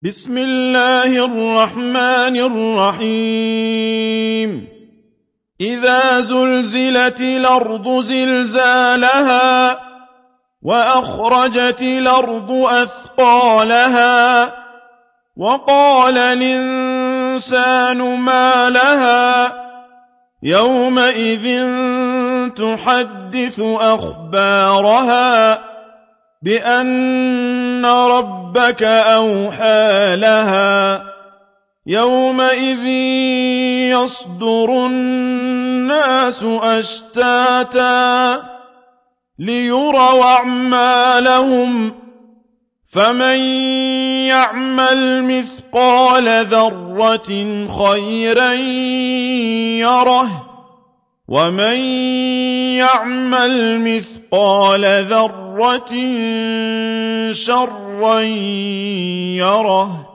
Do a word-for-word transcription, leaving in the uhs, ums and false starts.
بسم الله الرحمن الرحيم إذا زلزلت الأرض زلزالها وأخرجت الأرض أثقالها وقال الإنسان ما لها يومئذ تحدث أخبارها بأن ربك أوحى لها يومئذ يصدر الناس أشتاتا ليروا أعمالهم فمن يعمل مثقال ذرة خيرا يره ومن يعمل مثقال ذرة شرا يره